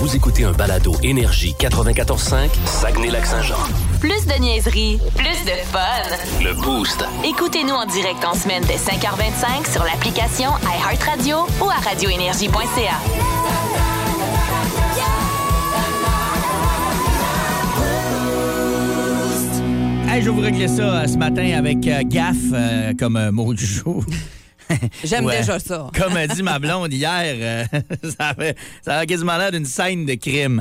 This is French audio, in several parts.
Vous écoutez un balado Énergie 94.5, Saguenay-Lac-Saint-Jean. Plus de niaiserie, plus de fun. Le Boost. Écoutez-nous en direct en semaine dès 5h25 sur l'application iHeartRadio ou à radioénergie.ca. Hey, je vous régler ça ce matin avec gaffe comme mot du jour. J'aime déjà ça. Comme a dit ma blonde hier, ça avait quasiment l'air d'une scène de crime.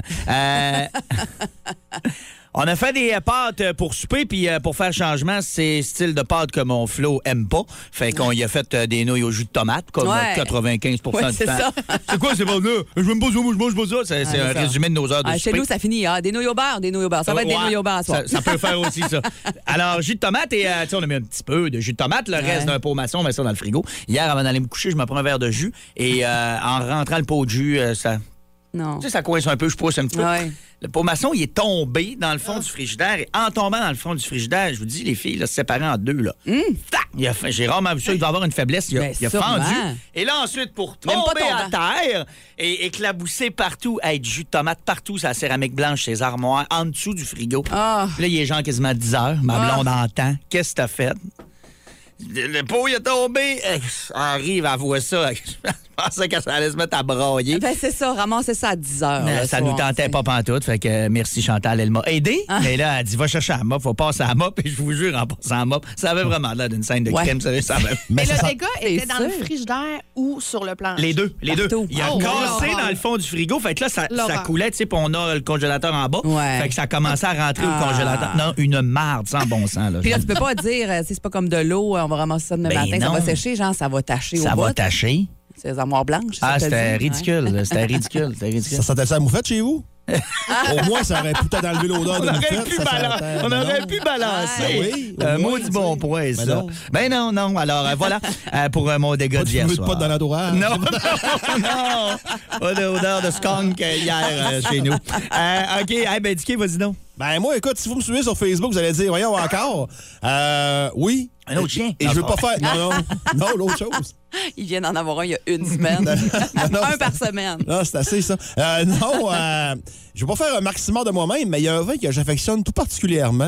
On a fait des pâtes pour souper, puis pour faire changement, c'est style de pâtes que mon Flo aime pas. Fait qu'on y a fait des nouilles au jus de tomate, comme 95 du temps. Ça. C'est quoi, c'est pas ça? Je m'aime pas ça, moi, je mange pas ça. C'est un résumé de nos heures de souper. Chez nous, ça finit. Des nouilles au beurre, des nouilles au beurre. Ça va être des nouilles au beurre à soir. Ça peut faire aussi ça. Alors, jus de tomate, et on a mis un petit peu de jus de tomate. Le reste d'un pot maçon, on met ça dans le frigo. Hier, avant d'aller me coucher, je me prends un verre de jus. Et en rentrant le pot de jus, ça... Non. Tu sais, ça coince un peu, je pousse un petit peu. Ouais. Le pot maçon, il est tombé dans le fond du frigidaire. Et en tombant dans le fond du frigidaire, je vous dis, les filles, là, se séparées en deux. Là. J'ai rarement vu ça. Il doit avoir une faiblesse. Il a fendu. Et là, ensuite, pour tomber à terre et éclabousser partout, du jus de tomate partout, sur la céramique blanche, ses armoires, en dessous du frigo. Là, il est genre quasiment 10 heures. Ma blonde entend. Qu'est-ce que t'as fait? Le pot, il est tombé. Elle arrive, elle voit ça. Je pensais qu'elle allait se mettre à brailler. Ben, c'est ça, ramasser ça à 10 heures. Ça nous tentait pas pantoute, fait que merci Chantal, elle m'a aidé. Mais là, elle dit, va chercher la mop, faut passer à la mop, et je vous jure, en passant à la mop, ça avait vraiment l'air d'une scène de crime. Ça avait... Mais le dégât était dans le frigidaire ou sur le plancher? Les deux. Partout. Il a cassé dans le fond du frigo, fait que là, ça coulait, tu sais, puis on a le congélateur en bas. Fait que ça commençait à rentrer au congélateur. Non, une marde sans bon sens. Là, puis là, tu peux pas dire, c'est pas comme de l'eau, on va ramasser ça demain matin, ça va sécher, genre, ça va tacher au bout. Ça va tacher. C'est les armoires blanches. C'était ridicule. Ouais. C'était ridicule. Ça sentait ça la moufette chez vous? Au moins, ça aurait pu peut-être enlever l'odeur de moufette. On aurait pu balancer. Un maudit bon point, ça. Ben non. Alors, voilà pour mon dégât d'hier soir. Pas de l'entourage. Non. Pas d'odeur de skunk hier chez nous. OK. Ben, Dicky, vas-y donc. Ben, moi, écoute, si vous me suivez sur Facebook, vous allez dire, voyons encore. Oui. Un autre chien. Et je veux pas faire. Non, l'autre chose. Il vient d'en avoir un il y a une semaine. Un par semaine. Non, c'est assez, ça. Je veux pas faire un maximum de moi-même, mais il y a un vin que j'affectionne tout particulièrement.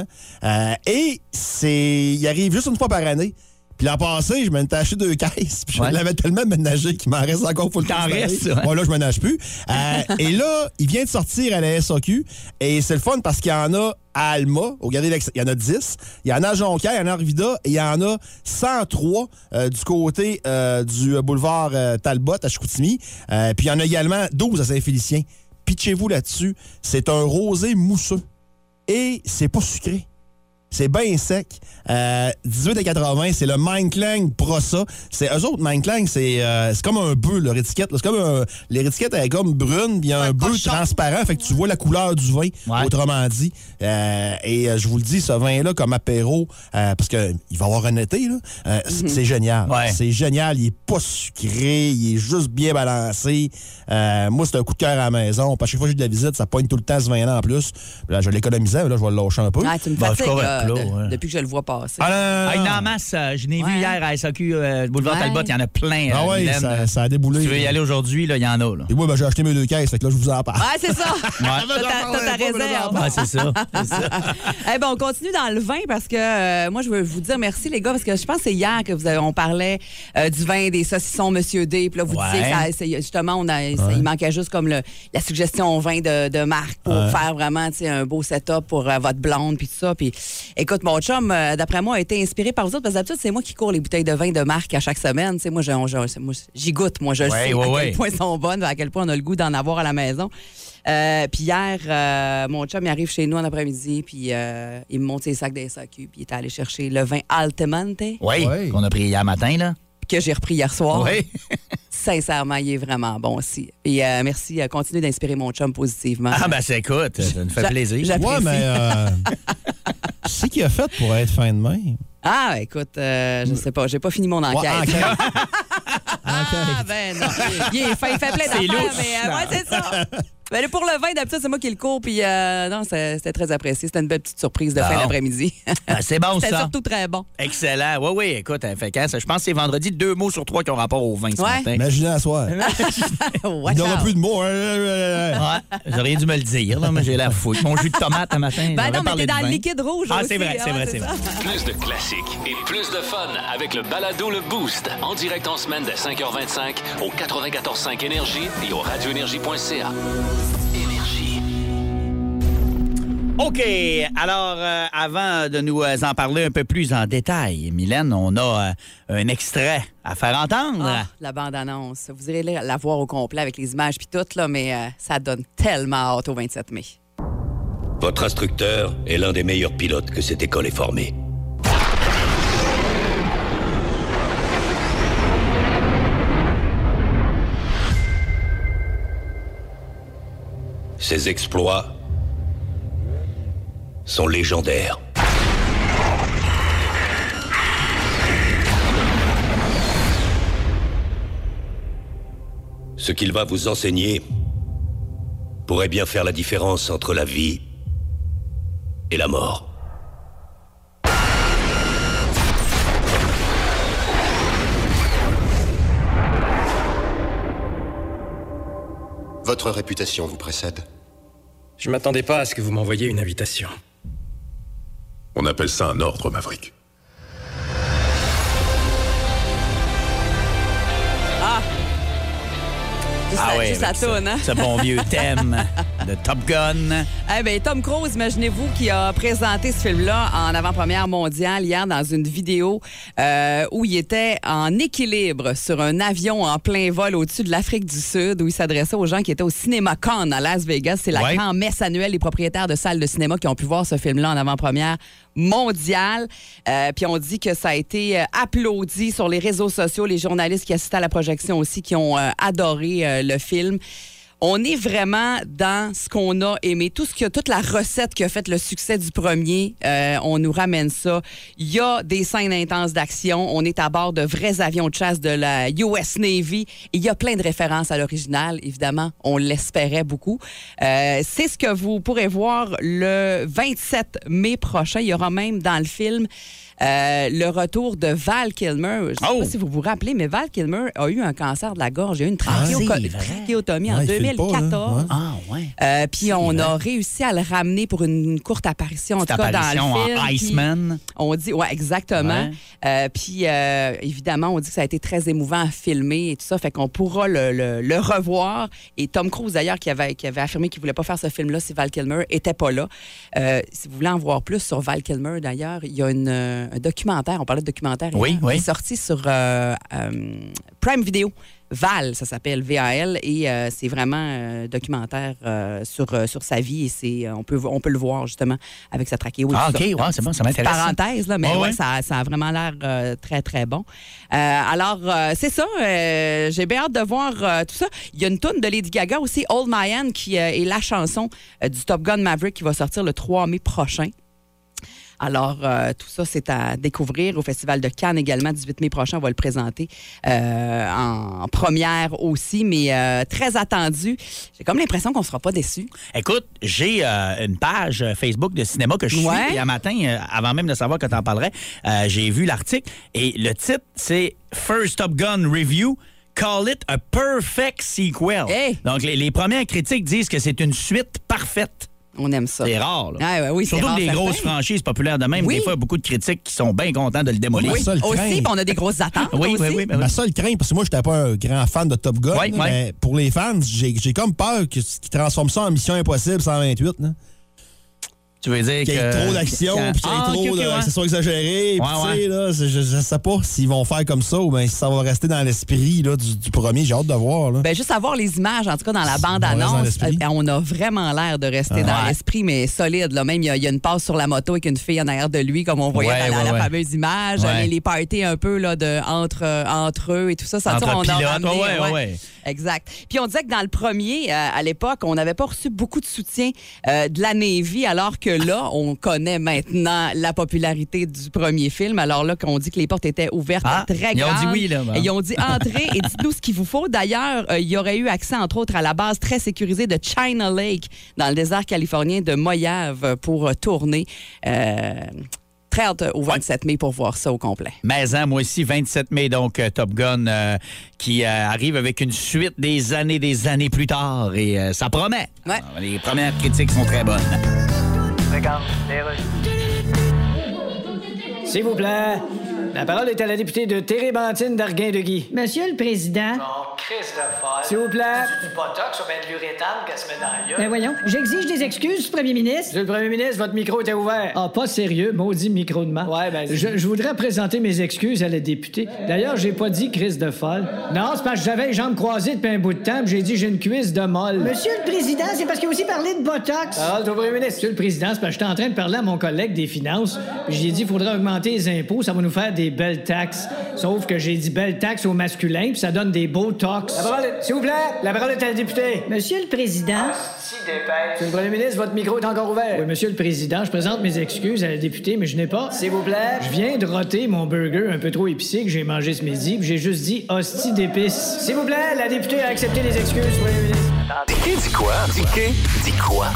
Il arrive juste une fois par année. Puis l'an passé, je m'en étais acheté 2 caisses. Puis je l'avais tellement ménagé qu'il m'en reste encore pour le temps. Moi, là, je m'en nage plus. Et là, il vient de sortir à la SAQ. Et c'est le fun parce qu'il y en a à Alma, au Galerie il y en a 10. Il y en a à Jonquière, il y en a à Arvida. Et il y en a 103 du côté du boulevard Talbot à Chicoutimi. Puis il y en a également 12 à Saint-Félicien. Pitchez-vous là-dessus. C'est un rosé mousseux. Et c'est pas sucré. C'est bien sec. 18,80 $, c'est le Mindclang Prosa. Eux autres, Mindclang, c'est comme un bœuf, leur étiquette. C'est comme l'étiquette est comme brune, puis il y a un bœuf transparent, fait que tu vois la couleur du vin, autrement dit. Et je vous le dis, ce vin-là, comme apéro, parce qu'il va y avoir un été, là, c'est génial. Ouais. C'est génial. Il est pas sucré, il est juste bien balancé. Moi, c'est un coup de cœur à la maison. Parce que chaque fois que j'ai de la visite, ça pointe tout le temps ce vin-là en plus. Là, je l'économisais, mais là, je vais le lâcher un peu. Tu me fatigues, depuis que je le vois passer. En masse, je l'ai vu hier à SAQ, boulevard Talbot, il y en a plein. Ah oui, ça a déboulé. Si tu veux y aller aujourd'hui, il y en a. Là. Et moi, j'ai acheté mes 2 caisses, fait que là, je vous en parle. Ouais, c'est ça. T'as ta réserve. Ouais, c'est ça. On continue dans le vin parce que moi, je veux vous dire merci, les gars, parce que je pense que c'est hier que on parlait du vin des saucissons Monsieur D. Puis là, vous disiez que justement, il manquait juste comme la suggestion vin de marque pour faire vraiment un beau setup pour votre blonde puis tout ça. Puis écoute, mon chum, d'après moi, a été inspiré par vous autres, parce que d'habitude, c'est moi qui cours les bouteilles de vin de marque à chaque semaine. Moi, j'y goûte. Moi, je sais à quel point elles sont bonnes, à quel point on a le goût d'en avoir à la maison. Puis hier, mon chum, il arrive chez nous en après-midi, puis il me monte ses sacs de SAQ, puis il est allé chercher le vin Altemente. Oui, qu'on a pris hier matin, là. Que j'ai repris hier soir. Oui. Sincèrement, il est vraiment bon aussi. Et merci, continue d'inspirer mon chum positivement. Ah, ben, c'est écoute, ça nous fait plaisir. Ouais, mais c'est qu'il a fait pour être fin de main. Ah, écoute, je sais pas, j'ai pas fini mon enquête. Ah, ben non. Il est fin, il fait plein d'affaires, mais c'est ça. Ben, pour le vin, d'habitude, c'est moi qui le cours. Puis non, c'était très apprécié. C'était une belle petite surprise de fin d'après-midi. C'est bon, ça. C'était surtout très bon. Excellent. Oui, écoute, je pense que c'est vendredi, 2 mots sur 3 qui ont rapport au vin ce matin. Imaginez à soir. Il n'y aura plus de mots. J'aurais dû me le dire, là, mais j'ai la fouille. Mon jus de tomate un matin. Ben non, mais t'es dans le liquide rouge. Ah, aussi, c'est vrai. Plus de classiques et plus de fun avec le balado Le Boost. En direct en semaine dès 5h25 au 94.5 Énergie et au radioénergie.ca. Énergie. OK. Alors, avant de nous en parler un peu plus en détail, Mylène, on a un extrait à faire entendre. Ah, la bande-annonce. Vous irez la voir au complet avec les images puis tout, là, mais ça donne tellement hâte au 27 mai. Votre instructeur est l'un des meilleurs pilotes que cette école ait formé. Ses exploits sont légendaires. Ce qu'il va vous enseigner pourrait bien faire la différence entre la vie et la mort. Votre réputation vous précède. Je m'attendais pas à ce que vous m'envoyiez une invitation. On appelle ça un ordre, Maverick. Juste la toune, hein? Ce bon vieux thème de Top Gun. Eh bien, Tom Cruise, imaginez-vous, qui a présenté ce film-là en avant-première mondiale hier dans une vidéo où il était en équilibre sur un avion en plein vol au-dessus de l'Afrique du Sud, où il s'adressait aux gens qui étaient au CinemaCon à Las Vegas. C'est la grande messe annuelle des propriétaires de salles de cinéma qui ont pu voir ce film-là en avant-première mondiale. Puis on dit que ça a été applaudi sur les réseaux sociaux. Les journalistes qui assistaient à la projection aussi, qui ont adoré le film. On est vraiment dans ce qu'on a aimé. Toute la recette qui a fait le succès du premier, on nous ramène ça. Il y a des scènes intenses d'action. On est à bord de vrais avions de chasse de la US Navy. Il y a plein de références à l'original, évidemment. On l'espérait beaucoup. C'est ce que vous pourrez voir le 27 mai prochain. Il y aura même dans le film le retour de Val Kilmer. Je ne sais pas si vous vous rappelez, mais Val Kilmer a eu un cancer de la gorge. Il a eu une trachéotomie en 2014. Puis on a réussi à le ramener pour une courte apparition, en tout cas dans le film. En Iceman. On dit, exactement. Puis évidemment, on dit que ça a été très émouvant à filmer et tout ça, fait qu'on pourra le revoir. Et Tom Cruise, d'ailleurs, qui avait affirmé qu'il ne voulait pas faire ce film-là si Val Kilmer n'était pas là. Si vous voulez en voir plus sur Val Kilmer, d'ailleurs, il y a un documentaire, on parlait de documentaire, qui est sorti sur Prime Video. Val, ça s'appelle VAL, et c'est vraiment un documentaire sur sa vie, et on peut le voir justement avec sa trachéo. C'est bon, ça m'intéresse. Parenthèse, là, mais ça a vraiment l'air très, très bon. Alors, c'est ça, j'ai bien hâte de voir tout ça. Il y a une toune de Lady Gaga aussi, Old Mayan, qui est la chanson du Top Gun Maverick qui va sortir le 3 mai prochain. Alors, tout ça, c'est à découvrir au Festival de Cannes également. 18 mai prochain, on va le présenter en première aussi, mais très attendu. J'ai comme l'impression qu'on ne sera pas déçus. Écoute, j'ai une page Facebook de cinéma que je suis. Et un matin, avant même de savoir que tu en parlerais, j'ai vu l'article. Et le titre, c'est « First Top Gun Review ». Call it a perfect sequel. Hey. Donc, les premières critiques disent que c'est une suite parfaite. On aime ça. C'est rare, là. Oui, surtout rare, des grosses franchises populaires de même. Des fois, il y a beaucoup de critiques qui sont bien contents de le démolir. Oui, aussi, on a des grosses attentes. Oui. Ma seule crainte, parce que moi, je n'étais pas un grand fan de Top Gun, mais pour les fans, j'ai comme peur qu'ils transforment ça en Mission Impossible 128. Là. Tu veux dire qu'il y ait trop d'action, puis qu'il y ait trop d'accessoires exagérés. Je ne sais pas s'ils vont faire comme ça ou bien si ça va rester dans l'esprit là, du premier. J'ai hâte de voir. Là. Juste à voir les images, en tout cas dans la bande-annonce, on a vraiment l'air de rester dans l'esprit, mais solide. Là. Même, il y a une passe sur la moto avec une fille en arrière de lui, comme on voyait dans la fameuse image. Les parties un peu là, entre eux et tout ça. Entre on pilotes, a ramené, Exact. Puis on disait que dans le premier, à l'époque, on n'avait pas reçu beaucoup de soutien de la Navy, alors que là, on connaît maintenant la popularité du premier film. Alors là, qu'on dit que les portes étaient ouvertes très grandes. Ils ont dit oui, là. Et ils ont dit entrez et dites-nous ce qu'il vous faut. D'ailleurs, il y aurait eu accès, entre autres, à la base très sécurisée de China Lake, dans le désert californien de Mojave, pour tourner. Très hâte au 27 mai pour voir ça au complet. Mais moi aussi, 27 mai, donc Top Gun qui arrive avec une suite des années plus tard. Et ça promet. Ouais. Alors, les premières critiques sont très bonnes. Regarde, les S'il vous plaît, la parole est à la députée de Térébentine d'Arguin-de-Guy. Monsieur le Président. Non, Chris de folle. S'il vous plaît. C'est du botox ou bien de l'uréthane qu'elle se met dans la gueule. Ben voyons, j'exige des excuses, Premier ministre. Monsieur le Premier ministre, votre micro était ouvert. Ah, pas sérieux, maudit micro de main. Ouais, ben... Je voudrais présenter mes excuses à la députée. D'ailleurs, j'ai pas dit Chris de folle. Non, c'est parce que j'avais les jambes croisées depuis un bout de temps, puis j'ai dit j'ai une cuisse de molle. Monsieur le Président, c'est parce qu'il a aussi parlé de botox. Parole au Premier ministre. Monsieur le Président, c'est parce que j'étais en train de parler à mon collègue des finances, puis j'ai dit il faudrait augmenter les impôts, ça va nous faire des belles taxes. Sauf que j'ai dit belle taxe au masculin, puis ça donne des beaux tox. S'il vous plaît, la parole est à la députée. Monsieur le Président. Monsieur le Premier ministre, votre micro est encore ouvert. Oui, Monsieur le Président, je présente mes excuses à la députée, mais je n'ai pas. S'il vous plaît. Je viens de roter mon burger un peu trop épicé que j'ai mangé ce midi, puis j'ai juste dit hostie d'épices. S'il vous plaît, la députée a accepté les excuses, Premier ministre. Dis quoi? Dis quoi?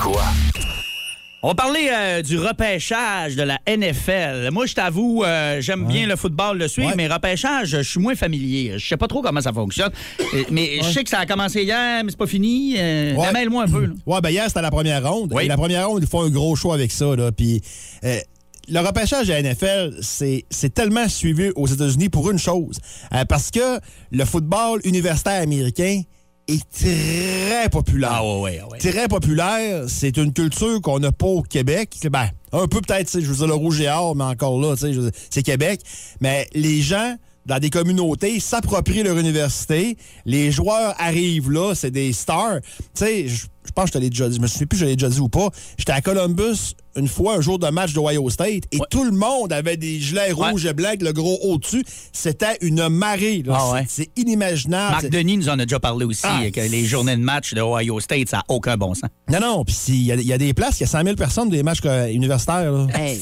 On va parler du repêchage de la NFL. Moi, je t'avoue, j'aime bien le football, le suivre, mais repêchage, je suis moins familier. Je sais pas trop comment ça fonctionne. Mais je sais que ça a commencé hier, mais c'est pas fini. Mêle-moi un peu. Là. Ouais, ben hier, c'était la première ronde. Oui. Et la première ronde, ils font un gros show avec ça. Là. Puis le repêchage de la NFL, c'est tellement suivi aux États-Unis pour une chose. Parce que le football universitaire américain est très populaire. Ah ouais. Très populaire. C'est une culture qu'on n'a pas au Québec. Ben, un peu peut-être, je veux dire, le rouge et or, mais encore là, c'est Québec. Mais les gens, dans des communautés, s'approprient leur université. Les joueurs arrivent là, c'est des stars. Tu sais, je pense que je te l'ai déjà dit, je me souviens plus si je l'ai déjà dit ou pas. J'étais à Columbus une fois, un jour de match d'Ohio State, et tout le monde avait des gilets rouges et blancs avec le gros haut-dessus. C'était une marée. Là. C'est inimaginable. Marc Denis nous en a déjà parlé aussi, que les journées de match d'Ohio State, ça n'a aucun bon sens. Non, puis il y a des places, il y a 100 000 personnes des matchs universitaires. Là. Hey,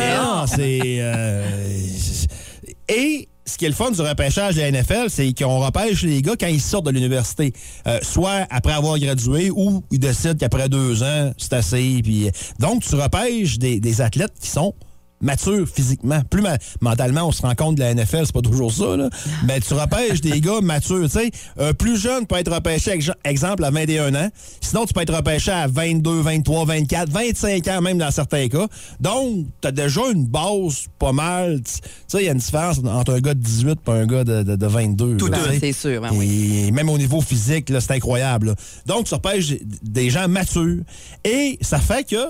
Et ce qui est le fun du repêchage de la NFL, c'est qu'on repêche les gars quand ils sortent de l'université. Soit après avoir gradué ou ils décident qu'après 2 ans, c'est assez. Puis, donc, tu repêches des athlètes qui sont matures physiquement. Plus mentalement, on se rend compte de la NFL, c'est pas toujours ça, là. Mais tu repêches des gars matures, tu sais. Un plus jeune peut être repêché, exemple, à 21 ans. Sinon, tu peux être repêché à 22, 23, 24, 25 ans, même dans certains cas. Donc, t'as déjà une base pas mal. Tu sais, il y a une différence entre un gars de 18 et un gars de 22. Tout c'est sûr, ben oui. Et même au niveau physique, là, c'est incroyable. Là. Donc, tu repêches des gens matures. Et ça fait que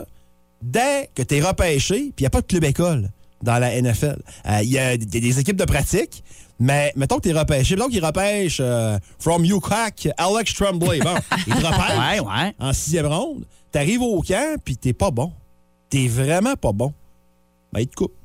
dès que tu es repêché, puis il n'y a pas de club-école dans la NFL. Il y a des équipes de pratique, mais mettons que tu es repêché. Mettons qu'ils repêchent from UCAC, Alex Tremblay. Bon, ils te repêchent en 6e ronde. Tu arrives au camp, puis t'es pas bon. T'es vraiment pas bon. Ben, ils te coupent.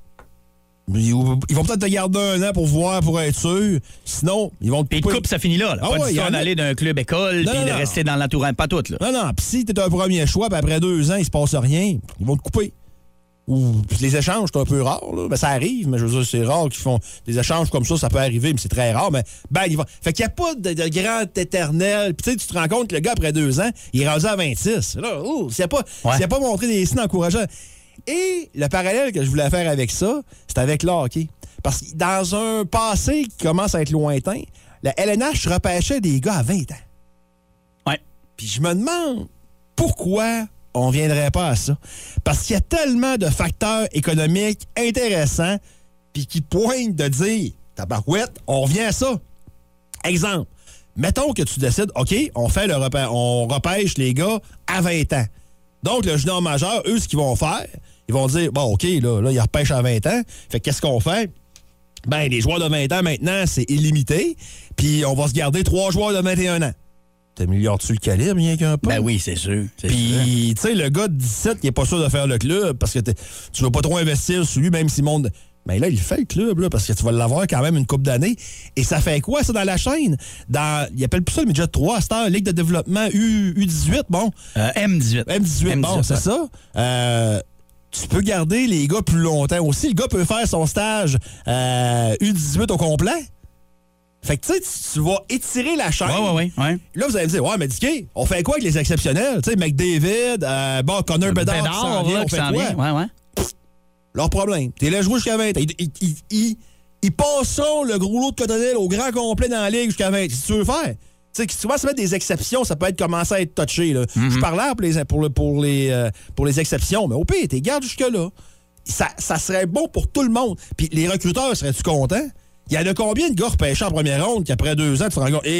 Ils vont peut-être te garder 1 an pour être sûr. Sinon, ils vont te couper. Et de coupe, ça finit là. Pas du tout d'aller d'un club-école puis de rester dans l'entourage. Pas tout. Là. Non. Puis si t'es un premier choix, puis après 2 ans, il se passe rien, ils vont te couper. Ou les échanges, c'est un peu rare. Là. Ben, ça arrive, mais je veux dire, c'est rare qu'ils font des échanges comme ça peut arriver, mais c'est très rare. Mais il va. Fait qu'il n'y a pas de grand éternel. Puis tu te rends compte que le gars, après 2 ans, il est rendu à 26. Là, s'il n'a pas montré des signes encourageants. Et le parallèle que je voulais faire avec ça, c'est avec le hockey. Parce que dans un passé qui commence à être lointain, la LNH repêchait des gars à 20 ans. Ouais. Puis je me demande pourquoi on ne viendrait pas à ça. Parce qu'il y a tellement de facteurs économiques intéressants puis qui pointent de dire, tabarouette, on revient à ça. Exemple, mettons que tu décides, OK, on repêche les gars à 20 ans. Donc, le junior majeur, eux, ce qu'ils vont faire, ils vont dire, bon, OK, là ils repêchent à 20 ans. Fait qu'est-ce qu'on fait? Ben, les joueurs de 20 ans, maintenant, c'est illimité. Puis, on va se garder 3 joueurs de 21 ans. T'améliores-tu le calibre, bien qu'un peu? Ben oui, c'est sûr. Puis, tu sais, le gars de 17, il est pas sûr de faire le club parce que tu veux pas trop investir sur lui, même s'il monte. Mais là, il fait le club, là, parce que tu vas l'avoir quand même une couple d'années. Et ça fait quoi, ça, dans la chaîne? Ils appellent plus ça le midget 3, c'est Ligue de développement U18, bon. M18. M18, bon, c'est ça. tu peux garder les gars plus longtemps aussi. Le gars peut faire son stage U18 au complet. Fait que, tu sais, tu vas étirer la chaîne. Ouais. Là, vous allez me dire, ouais, mais Dicky, on fait quoi avec les exceptionnels? Tu sais, McDavid, Connor Bedard qui s'en vient, on fait quoi? Ouais. Leur problème. T'es là jouer jusqu'à 20. Ils passeront le gros lot de cotonel au grand complet dans la ligue jusqu'à 20. Si tu veux faire. Tu sais, si tu vas se mettre des exceptions, ça peut être commencer à être touché. Là. Je parlais pour les exceptions, mais au pire, t'es gardes jusque-là. Ça serait bon pour tout le monde. Puis les recruteurs, seraient-tu contents? Il y en a combien de gars repêchés en première ronde qu'après 2 ans, tu te rends compte?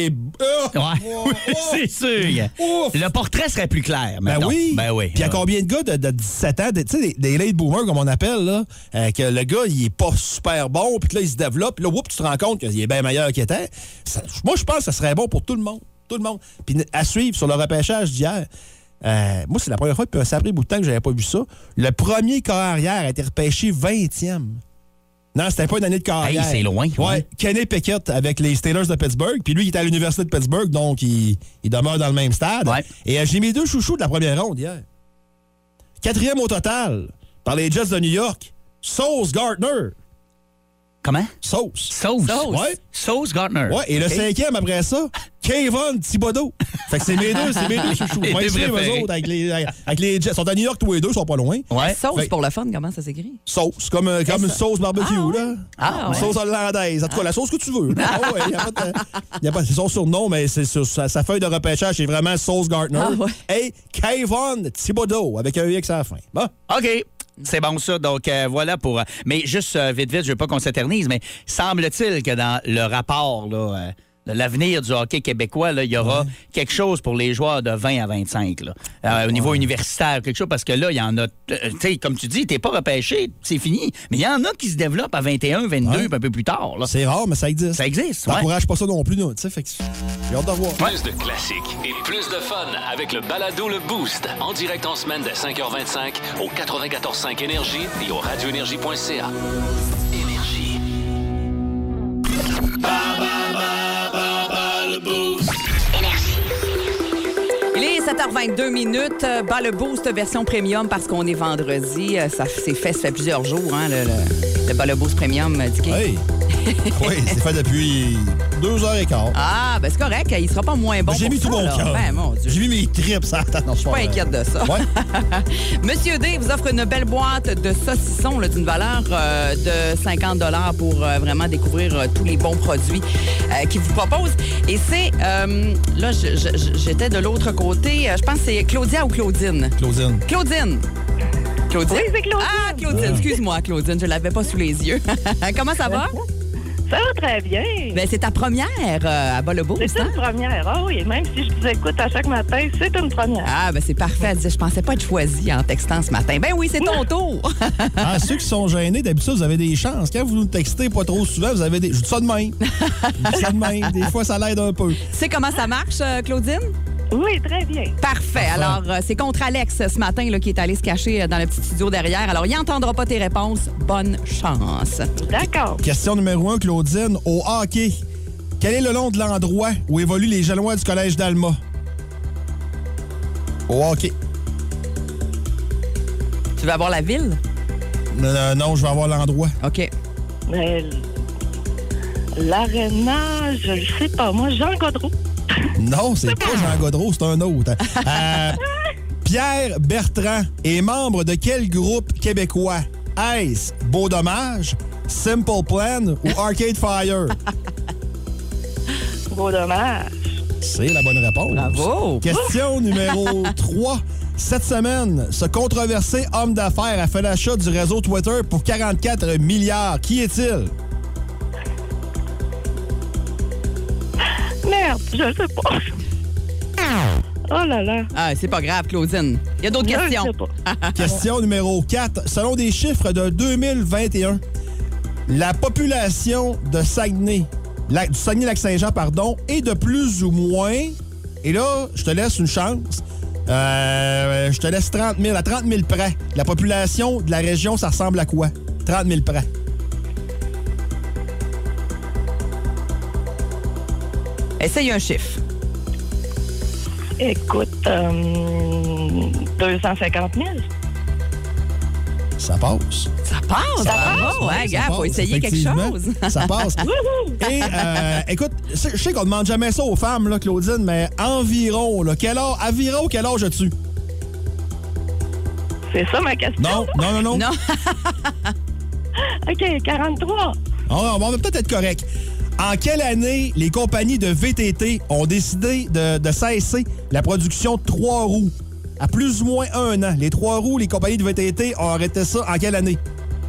C'est sûr. Le portrait serait plus clair. Ben oui. Puis il y a combien de gars de 17 ans, tu sais, des late boomers, comme on appelle, là, que le gars, il est pas super bon, puis que là, il se développe, puis là, tu te rends compte qu'il est bien meilleur qu'il était. Moi, je pense que ça serait bon pour tout le monde. Tout le monde. Puis à suivre sur le repêchage d'hier. Moi, c'est la première fois, puis ça a pris beaucoup de temps que j'avais pas vu ça. Le premier corps arrière a été repêché 20e. Non, c'était pas une année de carrière. Hey, c'est loin. Ouais. Kenny Pickett avec les Steelers de Pittsburgh. Puis lui, il était à l'Université de Pittsburgh, donc il demeure dans le même stade. Ouais. Et j'ai mis 2 chouchous de la première ronde hier. 4e au total par les Jets de New York. Sauce Gardner. Comment? Sauce. Ouais. Sauce Gardner. Ouais, et le 5e après ça, Kayvon Thibodeau. Fait que c'est mes deux chouchous. Moi, je eux autres avec les Jets. Ils sont à New York tous les deux, ils sont pas loin. Ouais. Sauce pour le fun, comment ça s'écrit? Sauce, comme une sauce barbecue, là. Une sauce hollandaise. En tout cas, la sauce que tu veux. Il n'y a pas de son surnom, mais c'est sur sa feuille de repêchage, c'est vraiment Sauce Gardner. Et Kayvon Thibodeau avec un X à la fin. Bon. OK. C'est bon ça, donc voilà pour... mais juste vite, je veux pas qu'on s'éternise, mais semble-t-il que dans le rapport là, de l'avenir du hockey québécois, là, il y aura quelque chose pour les joueurs de 20 à 25, là, au niveau universitaire, quelque chose, parce que là, il y en a... tu sais, comme tu dis, t'es pas repêché, c'est fini, mais il y en a qui se développent à 21, 22, un peu plus tard. Là. C'est rare, mais ça existe. Ça existe, T'encourages pas ça non plus, tu sais, fait que j'ai hâte de voir. Plus de classiques et plus de fun avec le balado Le Boost, en direct en semaine dès 5h25 au 94.5 Énergie et au radioénergie.ca. Énergie. Il est 7h22 minutes. Bas le Boost version premium parce qu'on est vendredi. Ça fait plusieurs jours, hein, le Bas le Boost premium, Dicky. Hey. Oui, c'est fait depuis 2h15. Ah, ben c'est correct. Il sera pas moins bon. J'ai mis tout mon cœur. Ben, mon Dieu. J'ai mis mes tripes, ça. Je suis pas inquiète de ça. Ouais. Monsieur D vous offre une belle boîte de saucissons d'une valeur de 50 $ pour vraiment découvrir tous les bons produits qu'il vous propose. Et c'est, là, j'étais de l'autre côté. Je pense que c'est Claudia ou Claudine? Claudine. Claudine. Oui, c'est Claudine. Ah, Claudine. Excuse-moi, Claudine. Je l'avais pas sous les yeux. Comment ça va? Ça va très bien. Ben, c'est ta première à Bas le Boost. C'est une première. Ah oui, même si je vous écoute à chaque matin, c'est une première. Ah, ben c'est parfait. Elle disait, je pensais pas être choisie en textant ce matin. Ben oui, c'est ton tour. Ceux qui sont gênés, d'habitude, vous avez des chances. Quand vous nous textez pas trop souvent, vous avez des... Je dis ça de même. Des fois, ça l'aide un peu. Tu sais comment ça marche, Claudine? Oui, très bien. Parfait. Alors, c'est contre Alex ce matin là, qui est allé se cacher dans le petit studio derrière. Alors, il n'entendra pas tes réponses. Bonne chance. D'accord. Question numéro 1, Claudine. Au hockey, quel est le nom de l'endroit où évoluent les Génois du Collège d'Alma? Au hockey. Tu veux avoir la ville? Non, je veux avoir l'endroit. OK. L'aréna, je le sais pas. Moi, Jean Gaudreau. Non, c'est pas Jean Gaudreau, c'est un autre. Pierre Bertrand est membre de quel groupe québécois? Est-ce Beau Dommage, Simple Plan ou Arcade Fire? Beau Dommage. C'est la bonne réponse. Bravo! Question numéro 3. Cette semaine, ce controversé homme d'affaires a fait l'achat du réseau Twitter pour 44 milliards. Qui est-il? Merde, je ne sais pas. Oh là là. Ah, c'est pas grave, Claudine. Il y a d'autres questions. Question numéro 4. Selon des chiffres de 2021, la population de Saguenay, du Saguenay-Lac-Saint-Jean, est de plus ou moins... Et là, je te laisse une chance. Je te laisse 30 000. À 30 000 près. La population de la région, ça ressemble à quoi? 30 000 près. Essaye un chiffre. Écoute, 250 000. Ça passe. Ça passe? Bravo, hein, gars, faut essayer quelque chose. Ça passe. Et, écoute, je sais qu'on demande jamais ça aux femmes, là, Claudine, mais environ, là, quel âge as-tu? C'est ça ma question? Non. OK, 43. On va peut-être être correct. En quelle année les compagnies de VTT ont décidé de cesser la production de 3 roues? À plus ou moins 1 an. Les 3 roues, les compagnies de VTT ont arrêté ça en quelle année?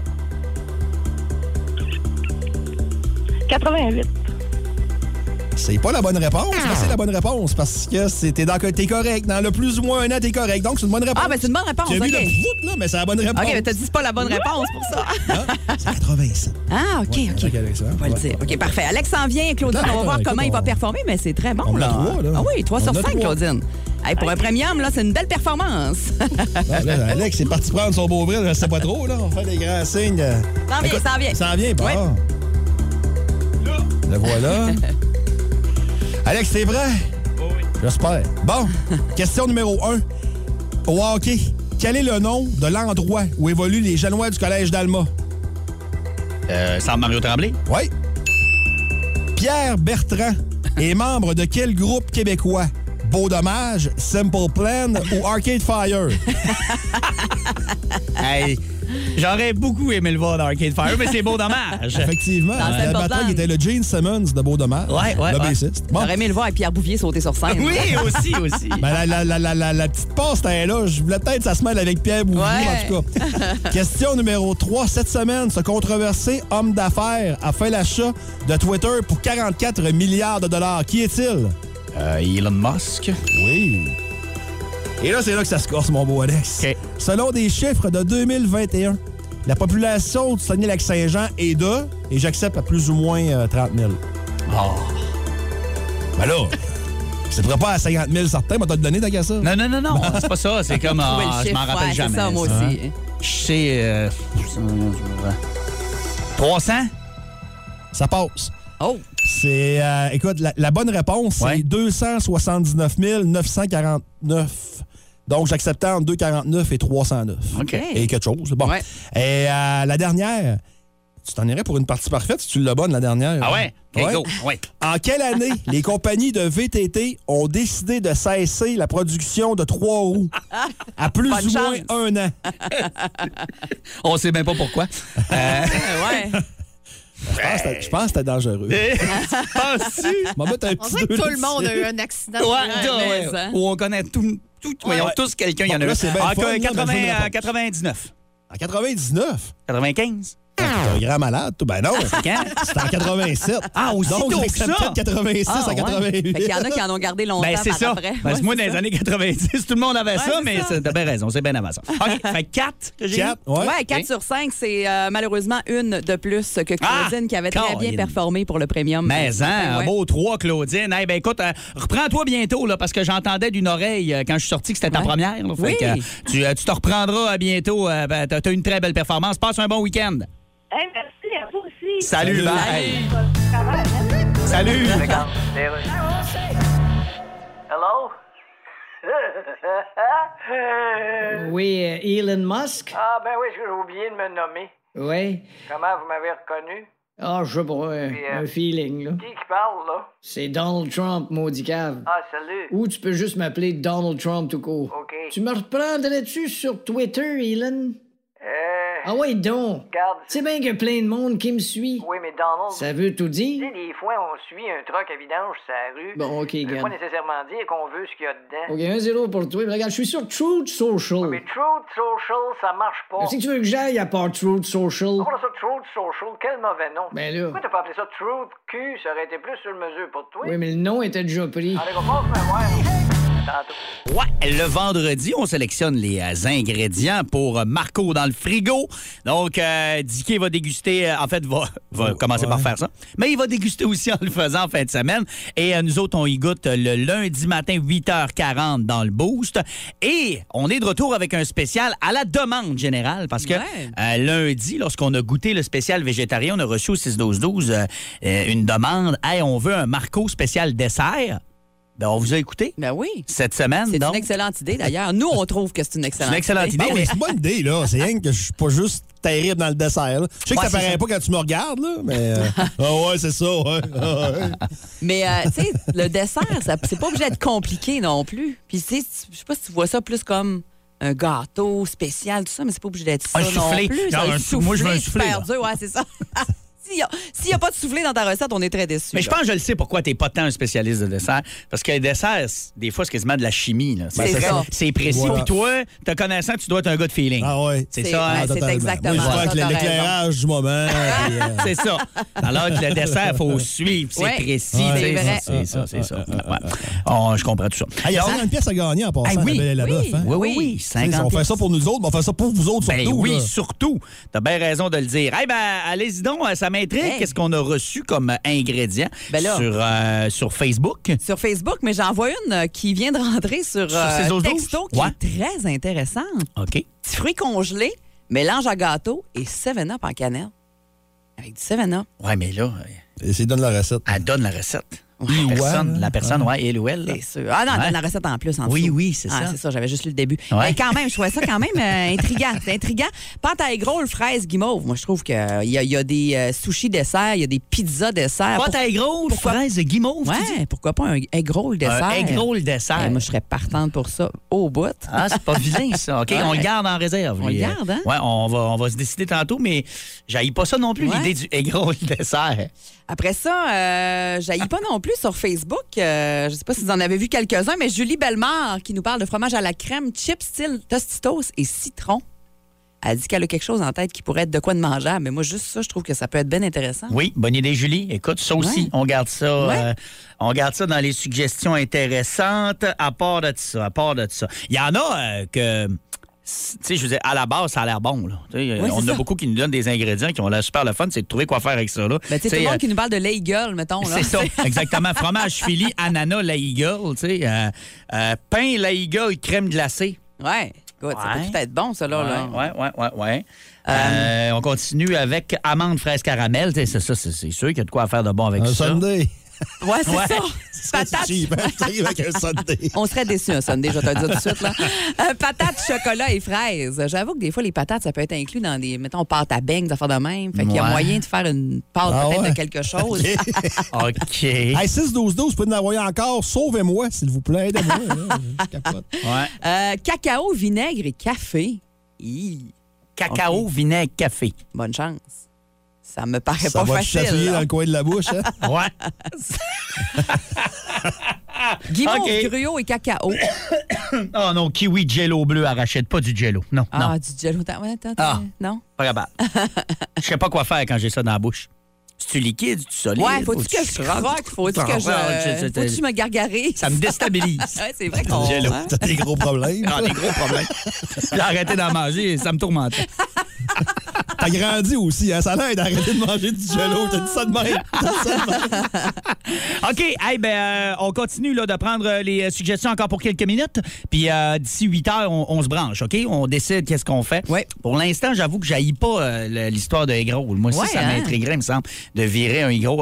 88. C'est pas la bonne réponse, mais c'est la bonne réponse parce que t'es correct. Dans le plus ou moins 1 an, t'es correct. Donc, c'est une bonne réponse. Ah, ben c'est une bonne réponse. J'ai vu le foot, là, mais c'est la bonne réponse. OK, mais t'as dit c'est pas la bonne réponse pour ça. Non, c'est 87. Ah, OK. On va le dire. OK, parfait. Alex s'en vient, Claudine. On va voir comment il va performer, mais c'est très bon, là. 3, là. Ah oui, 3 sur 5, Claudine. Hey, pour un premium, là, c'est une belle performance. Là, Alex est parti prendre son beau vril, je sais pas trop, là. On fait des grands signes. S'en vient, bon. Oui. Le voilà. Alex, t'es prêt? Oui. J'espère. Bon, question numéro 1. Au hockey, quel est le nom de l'endroit où évoluent les Génois du Collège d'Alma? Centre Mario Tremblay? Oui. Pierre Bertrand est membre de quel groupe québécois? Beau Dommage, Simple Plan ou Arcade Fire? Hey, j'aurais beaucoup aimé le voir dans Arcade Fire, mais c'est Beau Dommage. Effectivement. La bataille était le Gene Simmons de Beau Dommage. Le bassiste. Bon. J'aurais aimé le voir avec Pierre Bouvier sauter sur scène. Oui, aussi. Ben, la petite passe, était là. Je voulais peut-être ça se mêle avec Pierre Bouvier, en tout cas. Question numéro 3. Cette semaine, ce controversé homme d'affaires a fait l'achat de Twitter pour 44 milliards de dollars. Qui est-il? Elon Musk. Oui. Et là, c'est là que ça se corse, mon beau Alex. Okay. Selon des chiffres de 2021, la population du Saguenay-Lac-Saint-Jean est de, et j'accepte, à plus ou moins 30 000. Oh. Ben là, je ne pas à 50 000 certains, mais t'as donné tant qu'à ça. Non, c'est pas ça. C'est comme, je m'en rappelle jamais. C'est ça, moi aussi. Je sais... 300? Ça passe. Oh! C'est, écoute, la bonne réponse, c'est 279 949. Donc, j'acceptais entre 249 et 309. OK. Et quelque chose. Bon. Ouais. Et la dernière, tu t'en irais pour une partie parfaite si tu l'as bonne, la dernière. Ah ouais? OK, go. Ouais. En quelle année les compagnies de VTT ont décidé de cesser la production de 3 roues? À plus ou moins 1 an. On sait même pas pourquoi. Ouais. Je pense que c'était dangereux. Penses-tu? On sait que tout le monde a eu un accident. Ouais. Où on connaît tout. Ils ont tous quelqu'un, il y en a un. 99. En 99? 95? T'es un grand malade, toi. Ben non. C'était en 87. Ah, aussi donc, tôt que ça? 86 à 88. Fait qu'il y en a qui en ont gardé longtemps c'est ça. après. Parce que moi, dans les années 90, tout le monde avait ça, mais t'as bien raison, c'est bien avant ça. OK, fait 4 que j'ai 4, ouais, 4 sur 5, c'est malheureusement une de plus que Claudine qui avait très bien performé pour le premium. Mais un beau 3, Claudine. Hey, ben écoute, reprends-toi bientôt, là, parce que j'entendais d'une oreille quand je suis sorti que c'était ta première. Là, fait que, tu te reprendras bientôt. T'as une très belle performance. Passe un bon week-end. Hey, merci à vous aussi. Salut, bye. Salut. Hello? Oui, Elon Musk? Ah, ben oui, j'ai oublié de me nommer. Oui. Comment vous m'avez reconnu? Ah, je sais pas, un feeling, là. Qui parle, là? C'est Donald Trump, maudit cave. Ah, salut. Ou tu peux juste m'appeler Donald Trump tout court. OK. Tu me reprendrais-tu sur Twitter, Elon? Ah ouais, donc. Regarde. C'est bien qu'il y a plein de monde qui me suit. Oui, mais Donald... Ça veut tout dire? Tu sais, des fois, on suit un truck à vidange sur la rue. Bon, OK, ça veut regarde. pas nécessairement dire qu'on veut ce qu'il y a dedans. OK, 1-0 pour toi. Mais regarde, je suis sur Truth Social. Oui, mais Truth Social, ça marche pas. Si tu veux que j'aille à part Truth Social? Pourquoi ça, Truth Social? Quel mauvais nom. Ben là... Pourquoi t'as pas appelé ça Truth Q? Ça aurait été plus sur mesure pour toi. Oui, mais le nom était déjà pris. Allez, on passe, mais ouais. Ouais, le vendredi, on sélectionne les ingrédients pour Marco dans le frigo. Donc, Dicky va déguster, en fait, va commencer par faire ça. Mais il va déguster aussi en le faisant en fin de semaine. Et nous autres, on y goûte le lundi matin, 8h40 dans le Boost. Et on est de retour avec un spécial à la demande générale. Parce que lundi, lorsqu'on a goûté le spécial végétarien, on a reçu au 6-12-12 une demande. Hey, on veut un Marco spécial dessert. Ben, on vous a écouté. Ben oui. Cette semaine, c'est donc. une excellente idée, d'ailleurs. Nous, on trouve que c'est une excellente idée. Mais c'est une bonne idée, là. C'est rien que je suis pas juste terrible dans le dessert. Là. Je sais que ça paraît pas quand tu me regardes, là, mais... ouais, c'est ça, ouais. Mais, tu sais, le dessert, c'est pas obligé d'être compliqué non plus. Puis, tu sais, je sais pas si tu vois ça plus comme un gâteau spécial, tout ça, mais c'est pas obligé d'être ça non plus. Un soufflé, moi, je veux un soufflé. Super dur, ouais, c'est ça. S'il n'y a pas de soufflé dans ta recette, on est très déçus. Mais je pense que je le sais pourquoi tu n'es pas tant un spécialiste de dessert. Parce que les desserts, des fois, c'est quasiment de la chimie. Là. C'est ça. C'est précis. Puis Voilà. toi, te connaissant, tu dois être un gars de feeling. Ah ouais. C'est ça. Hein? C'est exactement moi, je vois ça. avec l'éclairage du moment. C'est ça. Alors que le dessert, il faut suivre. C'est précis. C'est vrai. C'est ça. Je comprends tout ça. Il y a une pièce à gagner en passant. Oui. La bœuf, hein? Oui. 50 on fait ça pour nous autres, mais on fait ça pour vous autres surtout. Oui, là. surtout. T'as bien raison de le dire. Allez-y donc, ça m'intrigue. Qu'est-ce qu'on a reçu comme ingrédients sur Facebook? Sur Facebook, mais j'en vois une qui vient de rentrer sur texto qui est très intéressante. OK. Petits fruits congelés, mélange à gâteau et 7-Up en cannelle. Avec du 7-Up. Ouais, mais là... Et donne la recette. Elle donne la recette. La personne, il ou elle. C'est sûr. Ah non, elle donne la recette en plus. En dessous. Oui, c'est ça. C'est ça, j'avais juste lu le début. Ouais. Mais quand même, je trouvais ça quand même intriguant. C'est intriguant. Pâte à egg roll, fraises, guimauve. Moi, je trouve qu'il y a des sushis desserts, il y a des pizzas desserts. Pâte à egg roll, fraises, guimauve. Ouais, pourquoi pas un egg roll dessert? Un egg roll dessert. Moi, je serais partante pour ça au bout. Ah, c'est pas vilain, ça. OK, on le garde en réserve. On le garde, hein? Ouais, on va se décider tantôt, mais j'haïs pas ça non plus, l'idée du egg roll dessert. Après ça, j'haïs pas non plus sur Facebook. Je sais pas si vous en avez vu quelques-uns, mais Julie Bellemare qui nous parle de fromage à la crème, chips style Tostitos et citron. Elle dit qu'elle a quelque chose en tête qui pourrait être de quoi de mangeable. Mais moi, juste ça, je trouve que ça peut être bien intéressant. Oui, bonne idée, Julie. Écoute, ça aussi, on garde ça. On garde ça dans les suggestions intéressantes. À part de ça. Il y en a que... Tu sais, je veux dire, à la base, ça a l'air bon. Là. On a beaucoup qui nous donnent des ingrédients qui ont l'air super le fun. C'est de trouver quoi faire avec ça. Là. Ben, tout le monde qui nous parle de l'Eagle, mettons. Là. C'est ça, exactement. Fromage Philly, ananas, l'Eagle. Pain, l'Eagle, crème glacée. Ouais. Écoute, ça peut peut-être bon, ça. Là. Ouais. On continue avec amande, fraise, caramel. C'est ça, c'est sûr qu'il y a de quoi faire de bon avec ça. Un sundae. Ouais, c'est ça. Patate. Avec un sundae. On serait déçus un sundae, je vais te le dire tout de suite. Là. Patates, chocolat et fraises. J'avoue que des fois, les patates, ça peut être inclus dans des, mettons, pâtes à beignes, des affaires de même. Fait qu'il y a moyen de faire une pâte peut-être de quelque chose. OK. Hey, 6-12-12, vous pouvez en envoyer encore. Sauvez-moi, s'il vous plaît. Aidez-moi. Je capote. Cacao, vinaigre et café. Cacao, vinaigre, café. Bonne chance. Ça me paraît ça pas va facile. Ça va chatouiller dans le coin de la bouche, hein? Ouais. Guimauve, gruau et cacao. Oh non, kiwi, jello bleu, arrachette, pas du jello. Non, non. Du jello. Non? Pas capable. Je sais pas quoi faire quand j'ai ça dans la bouche. C'est-tu liquide, c'est-tu solide? Ouais, faut-tu que je croque? Faut-tu que je me gargarise? Ça me déstabilise. Ouais, c'est vrai qu'on... Jello, t'as des gros problèmes. Des gros problèmes. J'ai arrêté d'en manger, ça me tourmentait. T'as grandi aussi, hein? Ça l'aide d'arrêter de manger du jello. T'as dit ça de même. OK, on continue là, de prendre les suggestions encore pour quelques minutes. Puis d'ici 8 heures, on se branche, OK? On décide qu'est-ce qu'on fait. Ouais. Pour l'instant, j'avoue que j'haïs pas l'histoire de egg roll. Moi aussi, ça m'intriguerait, il me semble, de virer un egg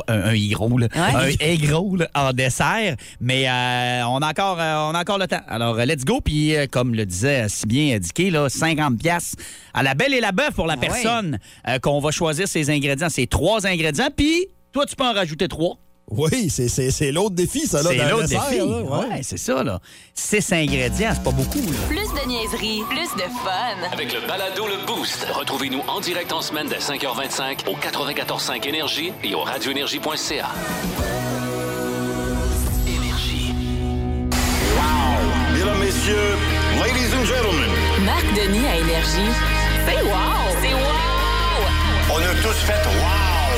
roll en dessert. Mais on a encore le temps. Alors, let's go. Puis, comme le disait si bien indiqué, là, 50$ à la belle et la bœuf pour la personne qu'on va choisir ses ingrédients. C'est 3 ingrédients. Puis, toi, tu peux en rajouter 3. Oui, c'est l'autre défi, ça, là. C'est l'autre défi. Ouais, c'est ça, là. 6 ingrédients, c'est pas beaucoup, là. Plus de niaiserie, plus de fun. Avec le balado Le Boost. Retrouvez-nous en direct en semaine dès 5h25 au 94.5 Énergie et au radioénergie.ca. Énergie. Wow! Mesdames, messieurs, ladies and gentlemen. Marc Denis à Énergie. C'est wow! C'est wow! On a tous fait wow!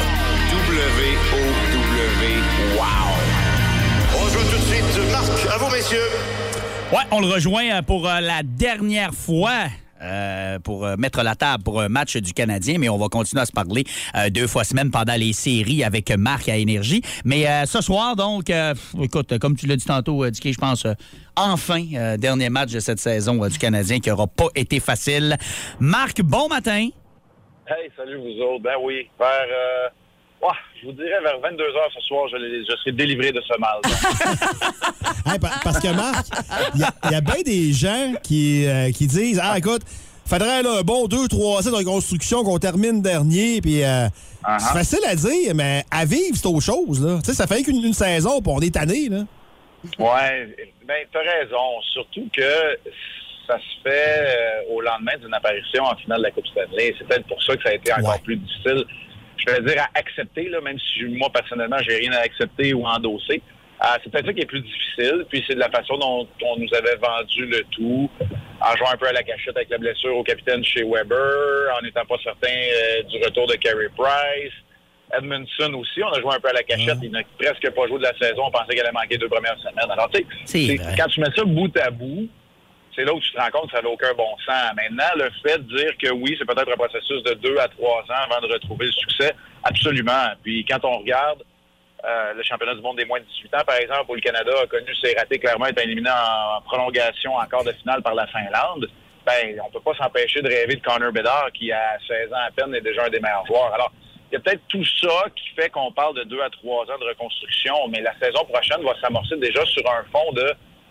W-O-W, wow! On joue tout de suite. Marc, à vous, messieurs. Ouais, on le rejoint pour la dernière fois. Pour mettre la table pour un match du Canadien, mais on va continuer à se parler 2 fois semaine pendant les séries avec Marc à Énergie. Mais ce soir, donc, écoute, comme tu l'as dit tantôt, Dicky, je pense, enfin, dernier match de cette saison du Canadien qui n'aura pas été facile. Marc, bon matin. Hey, salut vous autres. Ben oui, vers Je vous dirais vers 22h ce soir, je serai délivré de ce mal. Hey, parce que Marc, il y a bien des gens qui disent écoute, faudrait là, un bon 2-3 ans de reconstruction qu'on termine dernier, puis c'est facile à dire, mais à vivre, c'est autre chose, là. Tu sais, ça fait qu'une saison, puis on est tanné, là. Ouais, t'as raison. Surtout que ça se fait au lendemain d'une apparition en finale de la Coupe Stanley. C'est peut-être pour ça que ça a été encore plus difficile. Je vais dire à accepter, là, même si moi, personnellement, j'ai rien à accepter ou à endosser. C'est peut-être ça qui est plus difficile. Puis c'est de la façon dont on nous avait vendu le tout, en jouant un peu à la cachette avec la blessure au capitaine chez Weber, en n'étant pas certain du retour de Carey Price. Edmondson aussi, on a joué un peu à la cachette. Il n'a presque pas joué de la saison. On pensait qu'elle allait manquer 2 premières semaines. Alors, tu sais, quand tu mets ça bout à bout, c'est là où tu te rends compte que ça n'a aucun bon sens. Maintenant, le fait de dire que oui, c'est peut-être un processus de 2 à 3 ans avant de retrouver le succès, absolument. Puis quand on regarde le championnat du monde des moins de 18 ans, par exemple, où le Canada a connu ses ratés, clairement, est éliminé en prolongation en quart de finale par la Finlande, ben on peut pas s'empêcher de rêver de Connor Bedard, qui, à 16 ans à peine, est déjà un des meilleurs joueurs. Alors, il y a peut-être tout ça qui fait qu'on parle de 2 à 3 ans de reconstruction, mais la saison prochaine va s'amorcer déjà sur un fond de...